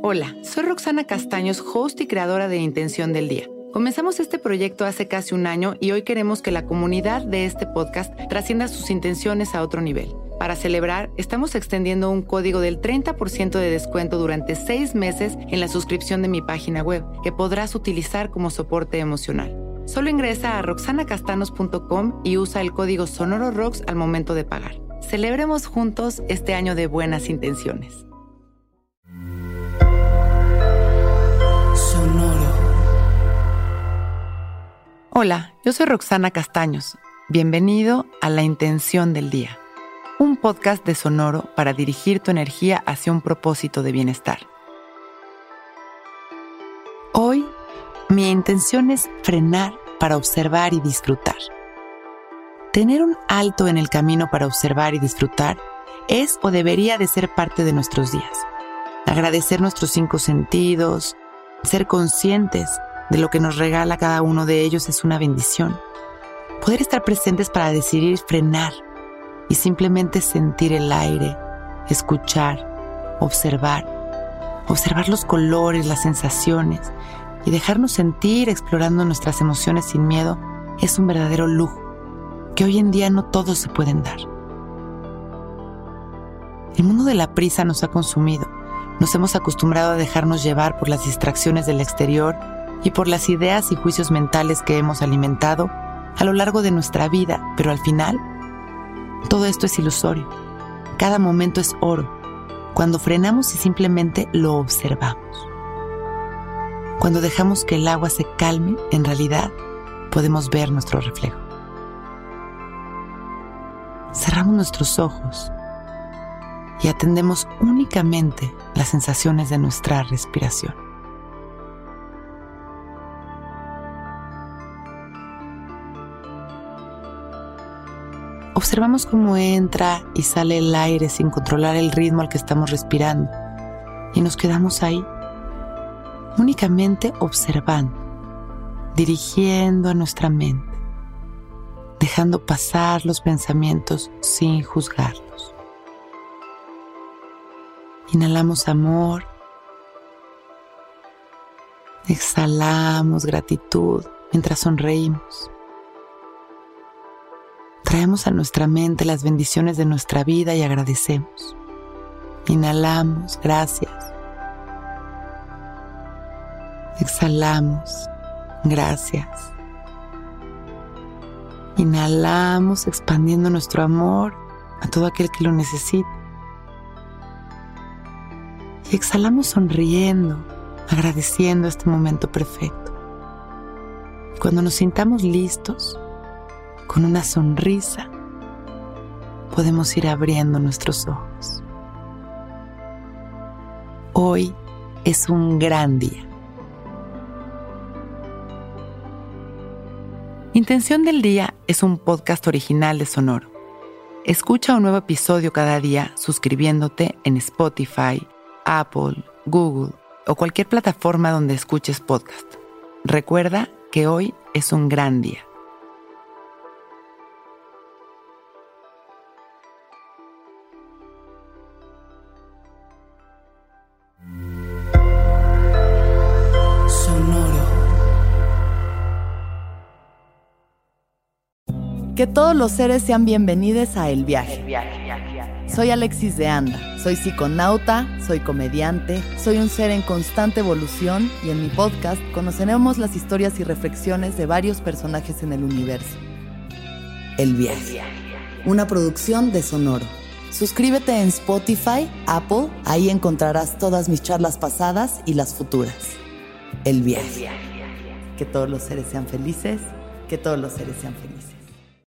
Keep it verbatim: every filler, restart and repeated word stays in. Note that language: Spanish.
Hola, soy Roxana Castaños, host y creadora de Intención del Día. Comenzamos este proyecto hace casi un año y hoy queremos que la comunidad de este podcast trascienda sus intenciones a otro nivel. Para celebrar, estamos extendiendo un código del treinta por ciento de descuento durante seis meses en la suscripción de mi página web, que podrás utilizar como soporte emocional. Solo ingresa a roxana castanos punto com y usa el código SONOROROX al momento de pagar. Celebremos juntos este año de buenas intenciones. Sonoro. Hola, yo soy Roxana Castaños. Bienvenido a La Intención del Día, un podcast de Sonoro para dirigir tu energía hacia un propósito de bienestar. Hoy, mi intención es frenar para observar y disfrutar. Tener un alto en el camino para observar y disfrutar es o debería de ser parte de nuestros días. Agradecer nuestros cinco sentidos, ser conscientes de lo que nos regala cada uno de ellos es una bendición. Poder estar presentes para decidir frenar y simplemente sentir el aire, escuchar, observar, observar los colores, las sensaciones y dejarnos sentir explorando nuestras emociones sin miedo es un verdadero lujo que hoy en día no todos se pueden dar. El mundo de la prisa nos ha consumido. Nos hemos acostumbrado a dejarnos llevar por las distracciones del exterior y por las ideas y juicios mentales que hemos alimentado a lo largo de nuestra vida, pero al final, todo esto es ilusorio. Cada momento es oro, cuando frenamos y simplemente lo observamos. Cuando dejamos que el agua se calme, en realidad podemos ver nuestro reflejo. Cerramos nuestros ojos y atendemos únicamente las sensaciones de nuestra respiración. Observamos cómo entra y sale el aire sin controlar el ritmo al que estamos respirando y nos quedamos ahí, únicamente observando, dirigiendo a nuestra mente, dejando pasar los pensamientos sin juzgarlos. Inhalamos amor, exhalamos gratitud mientras sonreímos. Traemos a nuestra mente las bendiciones de nuestra vida y agradecemos. Inhalamos, gracias. Exhalamos, gracias. Inhalamos expandiendo nuestro amor a todo aquel que lo necesite. Y exhalamos sonriendo, agradeciendo este momento perfecto. Cuando nos sintamos listos, con una sonrisa, podemos ir abriendo nuestros ojos. Hoy es un gran día. Intención del Día es un podcast original de Sonoro. Escucha un nuevo episodio cada día suscribiéndote en Spotify, Apple, Google o cualquier plataforma donde escuches podcast. Recuerda que hoy es un gran día. Que todos los seres sean bienvenidos a El Viaje. Soy Alexis de Anda, soy psiconauta, soy comediante, soy un ser en constante evolución y en mi podcast conoceremos las historias y reflexiones de varios personajes en el universo. El Viaje, una producción de Sonoro. Suscríbete en Spotify, Apple, ahí encontrarás todas mis charlas pasadas y las futuras. El Viaje. Que todos los seres sean felices, que todos los seres sean felices.